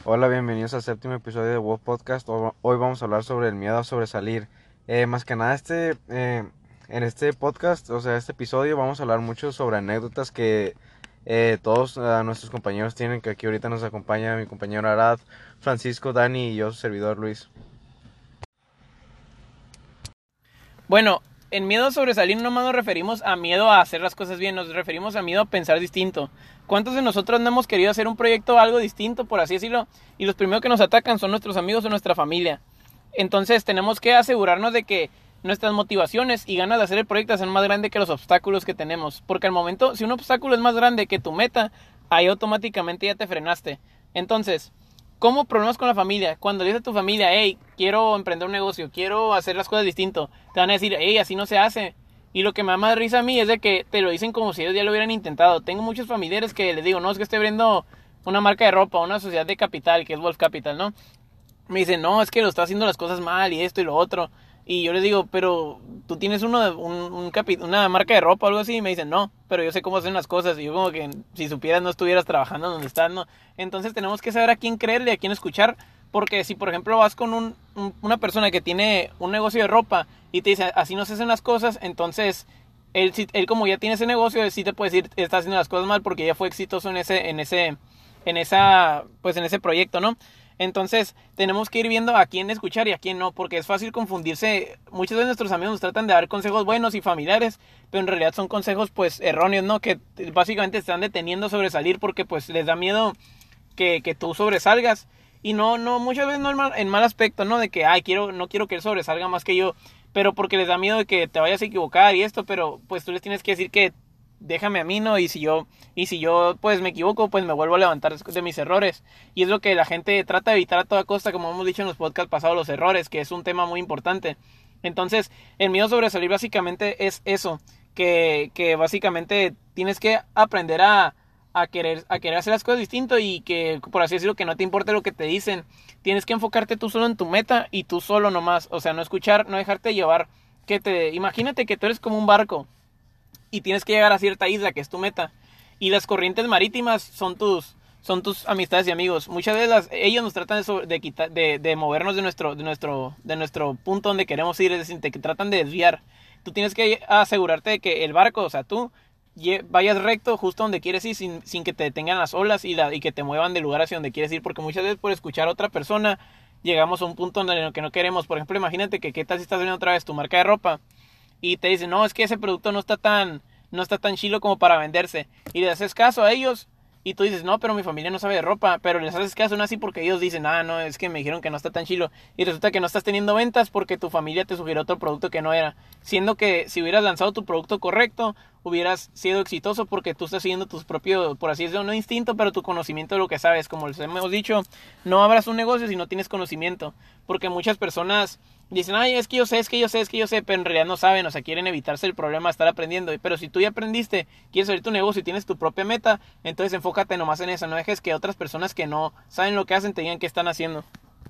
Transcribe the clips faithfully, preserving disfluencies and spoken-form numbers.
Hola, bienvenidos al séptimo episodio de Wolf Podcast. Ho- Hoy vamos a hablar sobre el miedo a sobresalir. Eh, más que nada, este, eh, en este podcast, o sea, este episodio, vamos a hablar mucho sobre anécdotas que eh, todos eh, nuestros compañeros tienen, que aquí ahorita nos acompaña mi compañero Arad, Francisco, Dani y yo, su servidor Luis. Bueno, en miedo a sobresalir no más nos referimos a miedo a hacer las cosas bien, nos referimos a miedo a pensar distinto. ¿Cuántos de nosotros no hemos querido hacer un proyecto algo distinto, por así decirlo? Y los primeros que nos atacan son nuestros amigos o nuestra familia. Entonces tenemos que asegurarnos de que nuestras motivaciones y ganas de hacer el proyecto sean más grandes que los obstáculos que tenemos. Porque al momento, si un obstáculo es más grande que tu meta, ahí automáticamente ya te frenaste. Entonces, ¿cómo problemas con la familia? Cuando le dices a tu familia, hey, quiero emprender un negocio, quiero hacer las cosas distinto, te van a decir, hey, así no se hace. Y lo que me da más risa a mí es de que te lo dicen como si ellos ya lo hubieran intentado. Tengo muchos familiares que les digo, no, es que estoy abriendo una marca de ropa, una sociedad de capital, que es Wolf Capital, ¿no? Me dicen, no, es que lo está haciendo las cosas mal y esto y lo otro. Y yo les digo, pero tú tienes uno de, un, un capi, una marca de ropa o algo así. Y me dicen, no, pero yo sé cómo hacen las cosas. Y yo como que si supieras no estuvieras trabajando donde estás, ¿no? Entonces tenemos que saber a quién creerle, a quién escuchar. Porque si por ejemplo vas con un, un, una persona que tiene un negocio de ropa y te dice, así no se hacen las cosas, entonces él, él como ya tiene ese negocio, sí te puede decir, está haciendo las cosas mal porque ya fue exitoso en ese, en ese, en esa, pues en ese proyecto, ¿no? Entonces, tenemos que ir viendo a quién escuchar y a quién no, porque es fácil confundirse. Muchos de nuestros amigos nos tratan de dar consejos buenos y familiares, pero en realidad son consejos pues erróneos, ¿no? Que básicamente te están deteniendo a sobresalir porque pues les da miedo que, que tú sobresalgas. Y no, no, muchas veces no en mal, en mal aspecto, ¿no? De que, ay, quiero, no quiero que él sobresalga más que yo, pero porque les da miedo de que te vayas a equivocar y esto, pero pues tú les tienes que decir que déjame a mí, ¿no? Y si yo, y si yo pues me equivoco, pues me vuelvo a levantar de mis errores. Y es lo que la gente trata de evitar a toda costa, como hemos dicho en los podcasts pasados, los errores, que es un tema muy importante. Entonces, el miedo a sobresalir básicamente es eso, que, que básicamente tienes que aprender a, a querer, a querer hacer las cosas distinto y que, por así decirlo, que no te importe lo que te dicen. Tienes que enfocarte tú solo en tu meta y tú solo nomás. O sea, no escuchar, no dejarte llevar. Que te, imagínate que tú eres como un barco y tienes que llegar a cierta isla que es tu meta. Y las corrientes marítimas son tus, son tus amistades y amigos. Muchas veces las, ellos nos tratan de, sobre, de, quitar, de, de movernos de nuestro, de, nuestro, de nuestro punto donde queremos ir, es decir, te tratan de desviar. Tú tienes que asegurarte de que el barco, o sea, tú vayas recto justo donde quieres ir sin, sin que te detengan las olas y, la, y que te muevan del lugar hacia donde quieres ir, porque muchas veces por escuchar a otra persona llegamos a un punto en el que no queremos. Por ejemplo, imagínate que qué tal si estás viendo otra vez tu marca de ropa y te dicen, no, es que ese producto no está tan, no está tan chilo como para venderse. Y le haces caso a ellos y tú dices, no, pero mi familia no sabe de ropa, pero les haces caso no así porque ellos dicen, ah, no, es que me dijeron que no está tan chilo. Y resulta que no estás teniendo ventas porque tu familia te sugirió otro producto que no era. Siendo que si hubieras lanzado tu producto correcto, hubieras sido exitoso porque tú estás siguiendo tus propios, por así decirlo, no instinto, pero tu conocimiento de lo que sabes. Como les hemos dicho, no abras un negocio si no tienes conocimiento. Porque muchas personas dicen, ay, es que yo sé, es que yo sé, es que yo sé, pero en realidad no saben, o sea, quieren evitarse el problema de estar aprendiendo. Pero si tú ya aprendiste, quieres abrir tu negocio y tienes tu propia meta, entonces enfócate nomás en eso, no dejes que otras personas que no saben lo que hacen te digan qué están haciendo.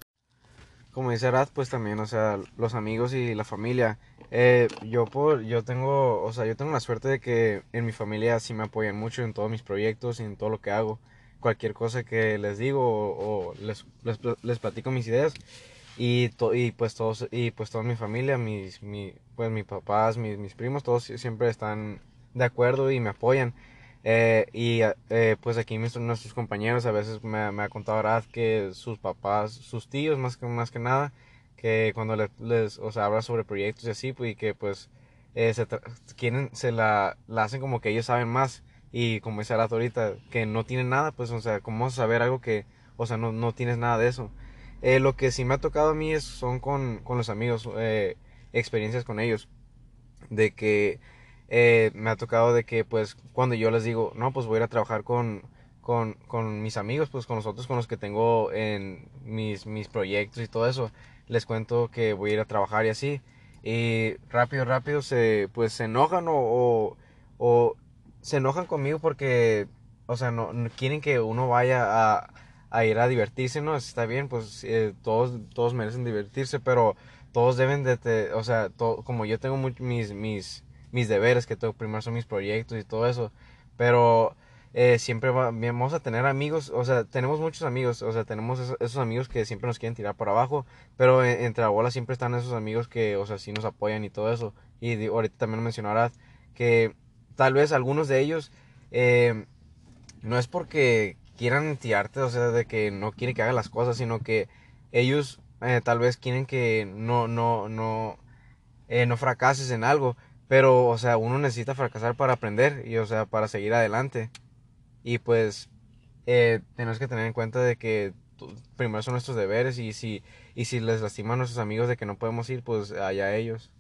Como dice Arad, pues también, o sea, los amigos y la familia. Eh, yo por, yo tengo, o sea, yo tengo la suerte de que en mi familia sí me apoyan mucho en todos mis proyectos y en todo lo que hago. Cualquier cosa que les digo o, o les, les, les platico mis ideas y, to, y pues todos y pues toda mi familia, mis mi, pues mis papás, mis, mis primos, todos siempre están de acuerdo y me apoyan. Eh, y eh, pues aquí mis, nuestros compañeros a veces me, me ha contado Arad que sus papás, sus tíos más que, más que nada, que cuando les, les o sea, habla sobre proyectos y así, pues y que pues eh, se quieren, se la, la hacen como que ellos saben más y como dice Arad ahorita, que no tienen nada, pues o sea, ¿cómo vas a saber algo que, o sea, no, no tienes nada de eso? Eh, lo que sí me ha tocado a mí es, son con, con los amigos, eh, experiencias con ellos, de que eh, me ha tocado de que pues cuando yo les digo, no, pues voy a ir a trabajar con, con, con mis amigos, pues con los otros con los que tengo en mis, mis proyectos y todo eso, les cuento que voy a ir a trabajar y así, y rápido, rápido se, pues se enojan o, o, o se enojan conmigo porque, o sea, no, no quieren que uno vaya a, a ir a divertirse, ¿no? Está bien, pues eh, todos, todos merecen divertirse, pero todos deben de, te, o sea, to, como yo tengo muy, mis, mis, mis deberes, que tengo primero son mis proyectos y todo eso, pero eh, siempre va- vamos a tener amigos, o sea, tenemos muchos amigos, o sea, tenemos esos, esos amigos que siempre nos quieren tirar para abajo, pero en- entre la bola siempre están esos amigos que, o sea, sí nos apoyan y todo eso. Y di- ahorita también mencionarás que tal vez algunos de ellos, eh, no es porque quieran tirarte, o sea, de que no quieren que hagas las cosas, sino que ellos eh, tal vez quieren que no, no, no, eh, no fracases en algo, pero, o sea, uno necesita fracasar para aprender y, o sea, para seguir adelante. Y pues, eh, tenemos que tener en cuenta de que tu- primero son nuestros deberes y si, y si les lastiman a nuestros amigos de que no podemos ir, pues allá ellos.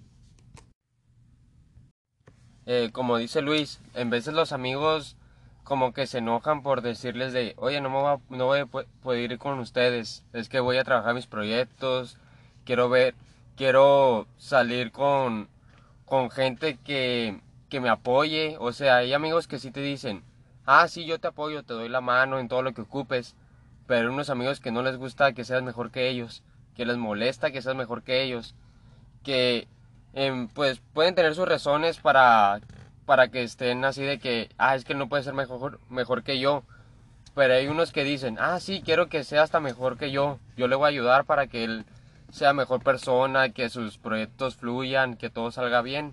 Eh, como dice Luis, en veces los amigos como que se enojan por decirles de, oye, no me voy a, no voy a pu- poder ir con ustedes, es que voy a trabajar mis proyectos, quiero ver, quiero salir con, con gente que, que me apoye, o sea, hay amigos que sí te dicen, ah, sí, yo te apoyo, te doy la mano en todo lo que ocupes, pero hay unos amigos que no les gusta que seas mejor que ellos, que les molesta que seas mejor que ellos, que em, pues pueden tener sus razones para, para que estén así de que, ah, es que él no puede ser mejor, mejor que yo. Pero hay unos que dicen, ah, sí, quiero que sea hasta mejor que yo. Yo le voy a ayudar para que él sea mejor persona, que sus proyectos fluyan, que todo salga bien.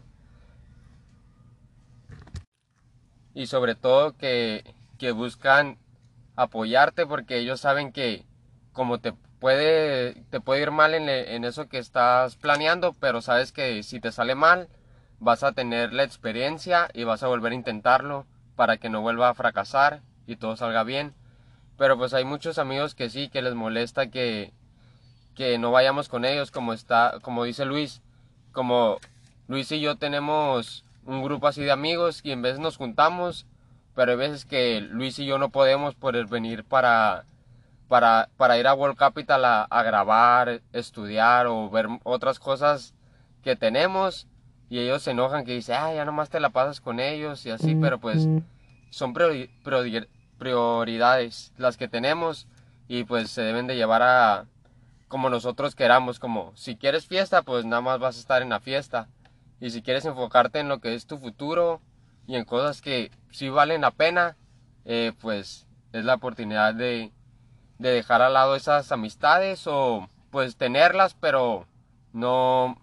Y sobre todo que, que buscan apoyarte porque ellos saben que como te puede, te puede ir mal en, en eso que estás planeando, pero sabes que si te sale mal, vas a tener la experiencia y vas a volver a intentarlo para que no vuelva a fracasar y todo salga bien. Pero pues hay muchos amigos que sí, que les molesta que, que no vayamos con ellos, como está, como dice Luis, como Luis y yo tenemos un grupo así de amigos y en veces nos juntamos, pero hay veces que Luis y yo no podemos por venir para, para, para ir a World Capital a, a grabar, estudiar o ver otras cosas que tenemos y ellos se enojan que dicen, ah, ya nomás te la pasas con ellos y así, pero pues son priori, priori, prioridades las que tenemos y pues se deben de llevar a como nosotros queramos, como si quieres fiesta, pues nada más vas a estar en la fiesta. Y si quieres enfocarte en lo que es tu futuro y en cosas que sí valen la pena, eh, pues es la oportunidad de, de dejar al lado esas amistades o pues tenerlas, pero no,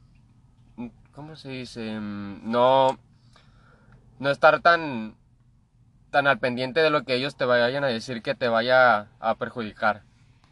¿cómo se dice? Mm, No, no estar tan, tan al pendiente de lo que ellos te vayan a decir que te vaya a perjudicar.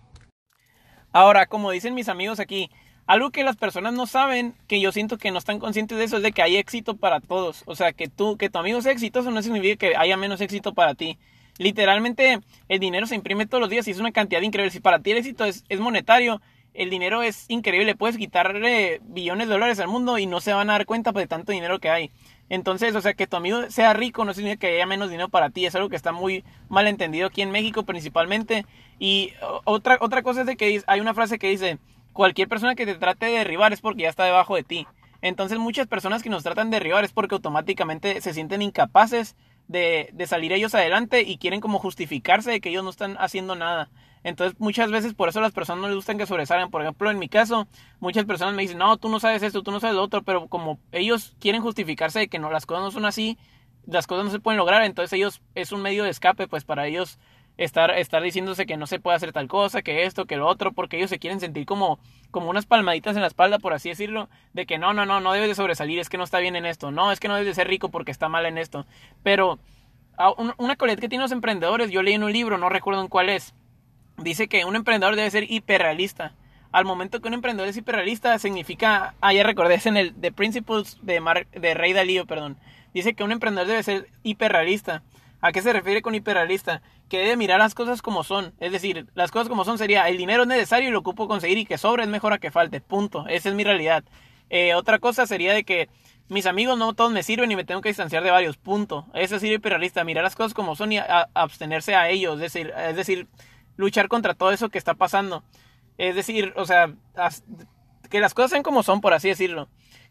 Ahora, como dicen mis amigos aquí, algo que las personas no saben, que yo siento que no están conscientes de eso, es de que hay éxito para todos. O sea, que tú, que tu amigo sea exitoso no significa que haya menos éxito para ti. Literalmente, el dinero se imprime todos los días y es una cantidad increíble. Si para ti el éxito es, es monetario, el dinero es increíble. Puedes quitarle billones de dólares al mundo y no se van a dar cuenta de tanto dinero que hay. Entonces, o sea, que tu amigo sea rico no significa que haya menos dinero para ti. Es algo que está muy mal entendido aquí en México principalmente. Y otra, otra cosa es de que hay una frase que dice, cualquier persona que te trate de derribar es porque ya está debajo de ti. Entonces muchas personas que nos tratan de derribar es porque automáticamente se sienten incapaces de, de salir ellos adelante y quieren como justificarse de que ellos no están haciendo nada. Entonces muchas veces por eso a las personas no les gustan que sobresalgan. Por ejemplo, en mi caso, muchas personas me dicen, no, tú no sabes esto, tú no sabes lo otro, pero como ellos quieren justificarse de que no, las cosas no son así, las cosas no se pueden lograr, entonces ellos es un medio de escape pues para ellos estar, estar diciéndose que no se puede hacer tal cosa, que esto, que lo otro, porque ellos se quieren sentir como, como unas palmaditas en la espalda, por así decirlo, de que no, no, no, no debes de sobresalir, es que no está bien en esto, no, es que no debes de ser rico porque está mal en esto. Pero una cualidad que tienen los emprendedores, yo leí en un libro, no recuerdo en cuál es, dice que un emprendedor debe ser hiperrealista. Al momento que un emprendedor es hiperrealista, significa, ah, ya recordé, es en el The Principles de, Mar, de Ray Dalio, perdón. Dice que un emprendedor debe ser hiperrealista. ¿A qué se refiere con hiperrealista? Que debe mirar las cosas como son. Es decir, las cosas como son sería, el dinero es necesario y lo ocupo conseguir y que sobre es mejor a que falte. Punto. Esa es mi realidad. Eh, otra cosa sería de que mis amigos no todos me sirven y me tengo que distanciar de varios. Punto. Ese es ser hiperrealista. Mirar las cosas como son y a, a abstenerse a ellos. Es decir, es decir, luchar contra todo eso que está pasando. Es decir, o sea, que las cosas sean como son, por así decirlo.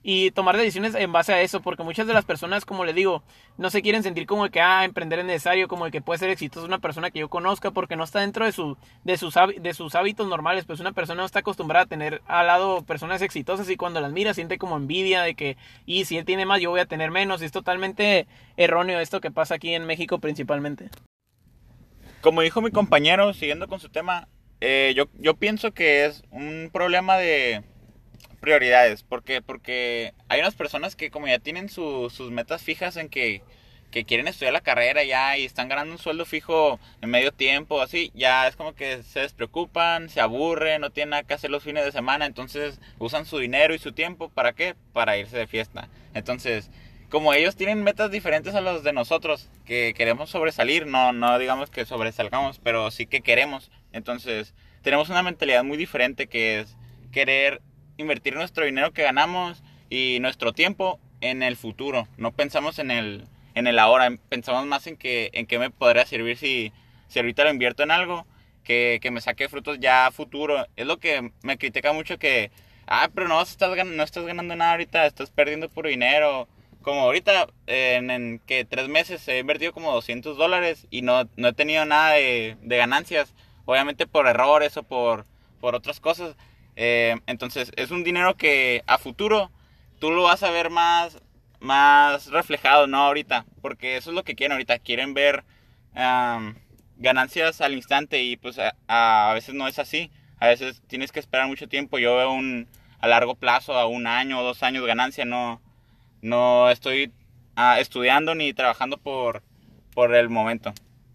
y tomar decisiones en base a eso, porque muchas de las personas, como le digo, no se quieren sentir como el que, ah, emprender es necesario, como el que puede ser exitoso una persona que yo conozca, porque no está dentro de, su, de, sus, de sus hábitos normales. Pues una persona no está acostumbrada a tener al lado personas exitosas, y cuando las mira siente como envidia de que, y si él tiene más, yo voy a tener menos, y es totalmente erróneo esto que pasa aquí en México principalmente. Como dijo mi compañero, siguiendo con su tema, eh, yo, yo pienso que es un problema de prioridades. ¿Por qué? Porque hay unas personas que como ya tienen su, sus metas fijas en que, que quieren estudiar la carrera ya y están ganando un sueldo fijo en medio tiempo, así, ya es como que se despreocupan, se aburren, no tienen nada que hacer los fines de semana, entonces usan su dinero y su tiempo, ¿para qué? Para irse de fiesta. Entonces, como ellos tienen metas diferentes a los de nosotros, que queremos sobresalir, no, no digamos que sobresalgamos, pero sí que queremos, entonces tenemos una mentalidad muy diferente, que es querer invertir nuestro dinero que ganamos y nuestro tiempo en el futuro. No pensamos en el, en el ahora, pensamos más en que en qué me podría servir si, si ahorita lo invierto en algo que, que me saque frutos ya a futuro. Es lo que me critica mucho, que ah, pero no estás, no estás ganando nada ahorita, estás perdiendo puro dinero. Como ahorita, en, en que tres meses he invertido como doscientos dólares y no, no he tenido nada de, de ganancias, obviamente por errores o por, por otras cosas. Eh, entonces es un dinero que a futuro tú lo vas a ver más, más reflejado, no ahorita, porque eso es lo que quieren ahorita, quieren ver um, ganancias al instante, y pues a, a veces no es así, a veces tienes que esperar mucho tiempo. Yo veo un, a largo plazo, a un año o dos años ganancia, no, no estoy uh, estudiando ni trabajando por, por el momento.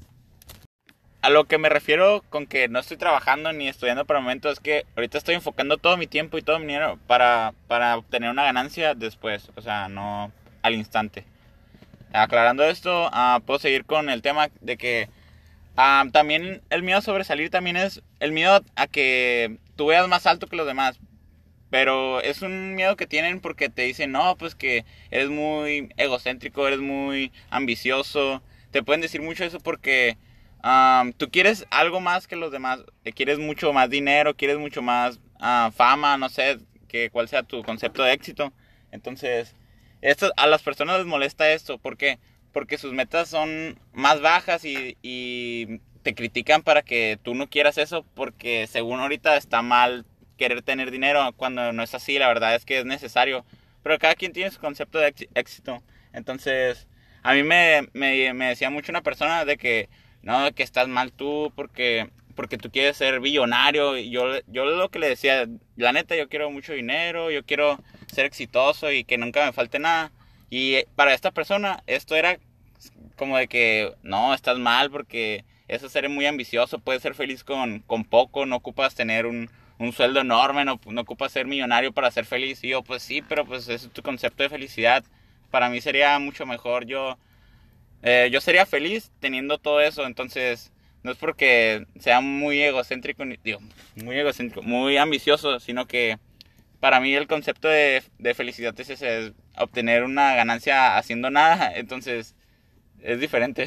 A lo que me refiero con que no estoy trabajando ni estudiando por el momento es que ahorita estoy enfocando todo mi tiempo y todo mi dinero para, para obtener una ganancia después, o sea, no al instante. Aclarando esto, uh, puedo seguir con el tema de que uh, también el miedo a sobresalir también es el miedo a que tú veas más alto que los demás. Pero es un miedo que tienen porque te dicen, no, pues que eres muy egocéntrico, eres muy ambicioso. Te pueden decir mucho eso porque Um, tú quieres algo más que los demás, quieres mucho más dinero, quieres mucho más uh, fama, no sé que cuál sea tu concepto de éxito. Entonces, esto, a las personas les molesta esto. ¿Por qué? Porque sus metas son más bajas y, y te critican para que tú no quieras eso, porque según ahorita está mal querer tener dinero, cuando no es así. La verdad es que es necesario, pero cada quien tiene su concepto de éxito. Entonces, a mí me, me, me decía mucho una persona de que no, que estás mal tú porque, porque tú quieres ser billonario. Y yo, yo lo que le decía, la neta, yo quiero mucho dinero, yo quiero ser exitoso y que nunca me falte nada. Y para esta persona esto era como de que no, estás mal porque eso es ser muy ambicioso, puedes ser feliz con, con poco, no ocupas tener un, un sueldo enorme, no, no ocupas ser millonario para ser feliz. Y yo, pues sí, pero pues ese es tu concepto de felicidad. Para mí sería mucho mejor yo... Eh, yo sería feliz teniendo todo eso. Entonces no es porque sea muy egocéntrico, digo, muy egocéntrico, muy ambicioso, sino que para mí el concepto de, de felicidad es ese, es obtener una ganancia haciendo nada. Entonces es diferente.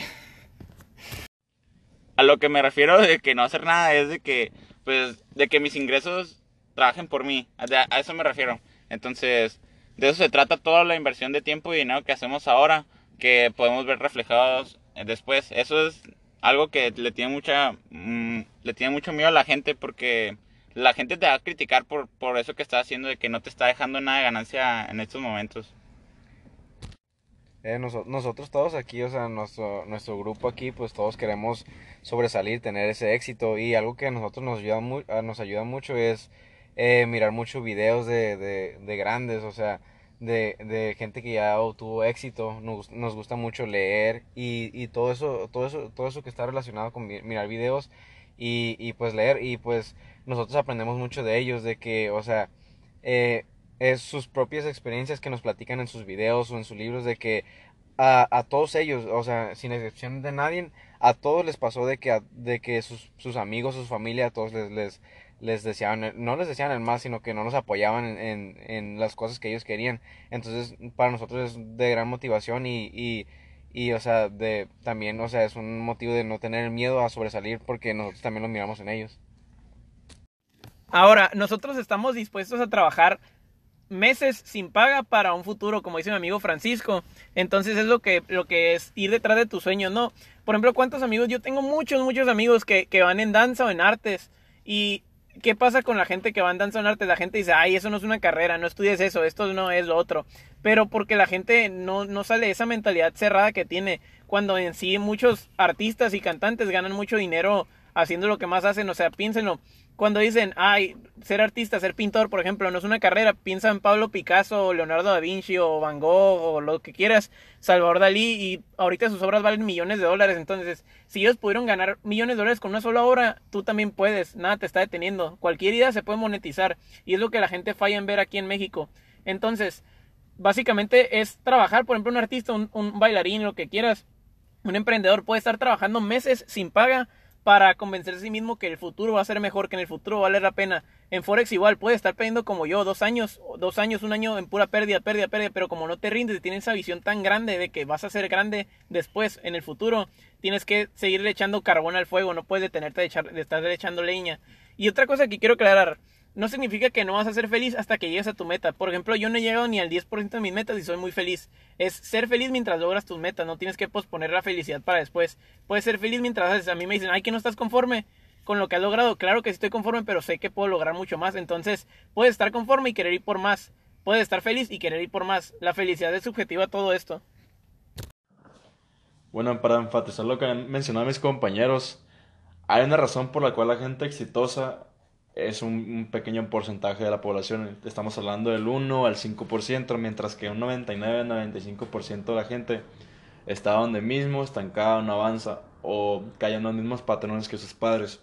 A lo que me refiero de que no hacer nada es de que, pues, de que mis ingresos trabajen por mí. A, a eso me refiero. Entonces, de eso se trata toda la inversión de tiempo y dinero que hacemos ahora, que podemos ver reflejados después. Eso es algo que le tiene mucha mmm, le tiene mucho miedo a la gente, porque la gente te va a criticar por, por eso que estás haciendo, de que no te está dejando nada de ganancia en estos momentos. Eh, nos- nosotros todos aquí, o sea, nuestro, nuestro grupo aquí, pues todos queremos sobresalir, tener ese éxito, y algo que a nosotros nos ayuda, mu- a- nos ayuda mucho es eh, mirar muchos videos de, de, de grandes, o sea, de, de gente que ya obtuvo éxito. Nos, nos gusta mucho leer y, y todo eso, todo eso, todo eso que está relacionado con mi- mirar videos y, y pues leer, y pues nosotros aprendemos mucho de ellos, de que, o sea, eh, es sus propias experiencias que nos platican en sus videos o en sus libros, de que a, a todos ellos, o sea, sin excepción de nadie, a todos les pasó de que, a- de que sus, sus amigos, sus familia, a todos les, les, les deseaban, el- no les deseaban el más, sino que no nos apoyaban en, en, en las cosas que ellos querían. Entonces, para nosotros es de gran motivación y, y, y, o sea, de, también, o sea, es un motivo de no tener miedo a sobresalir, porque nosotros también lo miramos en ellos. Ahora, nosotros estamos dispuestos a trabajar meses sin paga para un futuro, como dice mi amigo Francisco. Entonces es lo que, lo que es ir detrás de tus sueños, ¿no? Por ejemplo, ¿cuántos amigos? Yo tengo muchos, muchos amigos que, que van en danza o en artes. ¿Y qué pasa con la gente que va en danza o en artes? La gente dice, ay, eso no es una carrera, no estudies eso, esto no es lo otro. Pero porque la gente no, no sale de esa mentalidad cerrada que tiene, cuando en sí muchos artistas y cantantes ganan mucho dinero haciendo lo que más hacen. O sea, piénsenlo. Cuando dicen, ay, ser artista, ser pintor, por ejemplo, no es una carrera, piensa en Pablo Picasso, o Leonardo da Vinci, o Van Gogh, o lo que quieras, Salvador Dalí, y ahorita sus obras valen millones de dólares. Entonces, si ellos pudieron ganar millones de dólares con una sola obra, tú también puedes, nada te está deteniendo. Cualquier idea se puede monetizar, y es lo que la gente falla en ver aquí en México. Entonces, básicamente es trabajar. Por ejemplo, un artista, un, un bailarín, lo que quieras, un emprendedor puede estar trabajando meses sin paga para convencerse a sí mismo que el futuro va a ser mejor, que en el futuro va a valer la pena. En Forex igual, puedes estar perdiendo como yo, dos años, dos años, un año en pura pérdida, pérdida, pérdida, pero como no te rindes y tienes esa visión tan grande de que vas a ser grande después, en el futuro, tienes que seguirle echando carbón al fuego, no puedes detenerte de, echar, de estar echando leña. Y otra cosa que quiero aclarar, no significa que no vas a ser feliz hasta que llegues a tu meta. Por ejemplo, yo no he llegado ni al diez por ciento de mis metas y soy muy feliz. Es ser feliz mientras logras tus metas, no tienes que posponer la felicidad para después. Puedes ser feliz mientras haces. A mí me dicen, ay, que no estás conforme con lo que has logrado. Claro que sí estoy conforme, pero sé que puedo lograr mucho más. Entonces, puedes estar conforme y querer ir por más. Puedes estar feliz y querer ir por más. La felicidad es subjetiva a todo esto. Bueno, para enfatizar lo que han mencionado mis compañeros, hay una razón por la cual la gente exitosa es un, un pequeño porcentaje de la población. Estamos hablando del uno al cinco por ciento, mientras que un noventa y nueve, noventa y cinco por ciento de la gente está donde mismo, estancada, no avanza o cae en los mismos patrones que sus padres.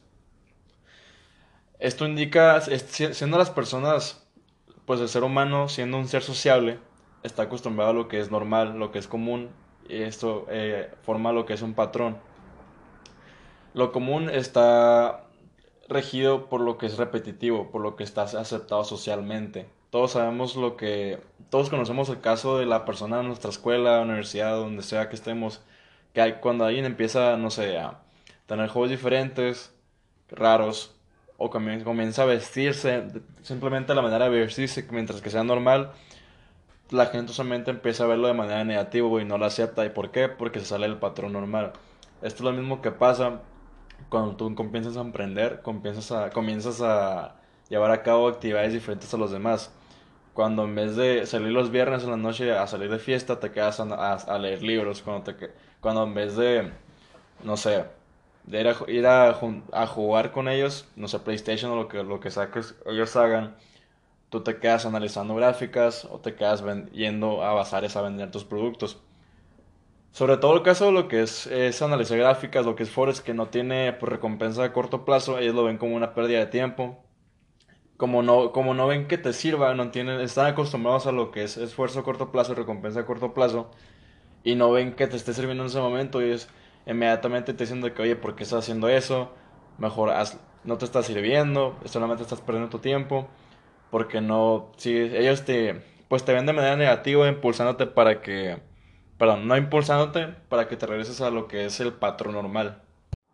Esto indica, es- siendo las personas, pues el ser humano, siendo un ser sociable, está acostumbrado a lo que es normal, lo que es común, y esto eh, forma lo que es un patrón. Lo común está regido por lo que es repetitivo, por lo que está aceptado socialmente. Todos sabemos lo que, todos conocemos el caso de la persona en nuestra escuela, universidad, donde sea que estemos, que hay, cuando alguien empieza, no sé, a tener hobbies diferentes, raros, o comien- comienza a vestirse, simplemente la manera de vestirse, mientras que sea normal, la gente usualmente empieza a verlo de manera negativa y no lo acepta. ¿Y por qué? Porque se sale del patrón normal. Esto es lo mismo que pasa cuando tú comienzas a emprender, comienzas a, comienzas a llevar a cabo actividades diferentes a los demás. Cuando en vez de salir los viernes en la noche a salir de fiesta, te quedas a, a- a leer libros. Cuando, te, que- cuando en vez de, no sé, de ir a, ju- ir a, jun- a jugar con ellos, no sé, PlayStation o lo que, lo que sea que ellos hagan, tú te quedas analizando gráficas o te quedas ven- yendo a bazares a vender tus productos. Sobre todo el caso de lo que es, es analizar gráficas, lo que es Forex, que no tiene pues, recompensa a corto plazo, ellos lo ven como una pérdida de tiempo. Como no, como no ven que te sirva, no tienen, están acostumbrados a lo que es esfuerzo a corto plazo, recompensa a corto plazo, y no ven que te esté sirviendo en ese momento, y ellos inmediatamente te dicen de que, oye, ¿por qué estás haciendo eso? Mejor haz- no te está sirviendo, solamente estás perdiendo tu tiempo, porque no, si ellos te, pues te ven de manera negativa, impulsándote para que, perdón, no impulsándote para que te regreses a lo que es el patrón normal.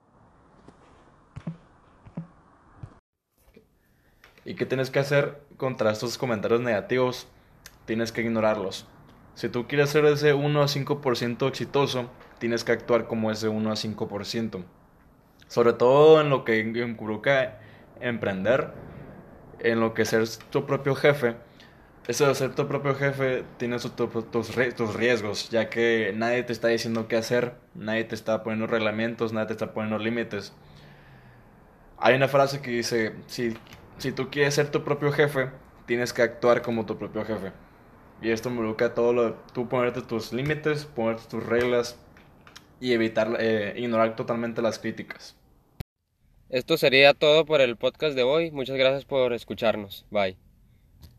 ¿Y qué tienes que hacer contra estos comentarios negativos? Tienes que ignorarlos. Si tú quieres ser ese uno a cinco por ciento exitoso, tienes que actuar como ese uno a cinco por ciento. Sobre todo en lo que involucra emprender, en lo que ser tu propio jefe. Eso de ser tu propio jefe tiene su- tu- tus, ri- tus riesgos, ya que nadie te está diciendo qué hacer, nadie te está poniendo reglamentos, nadie te está poniendo límites. Hay una frase que dice, si, si tú quieres ser tu propio jefe, tienes que actuar como tu propio jefe. Y esto involucra todo lo de tú ponerte tus límites, ponerte tus reglas y evitar, eh, ignorar totalmente las críticas. Esto sería todo por el podcast de hoy. Muchas gracias por escucharnos. Bye.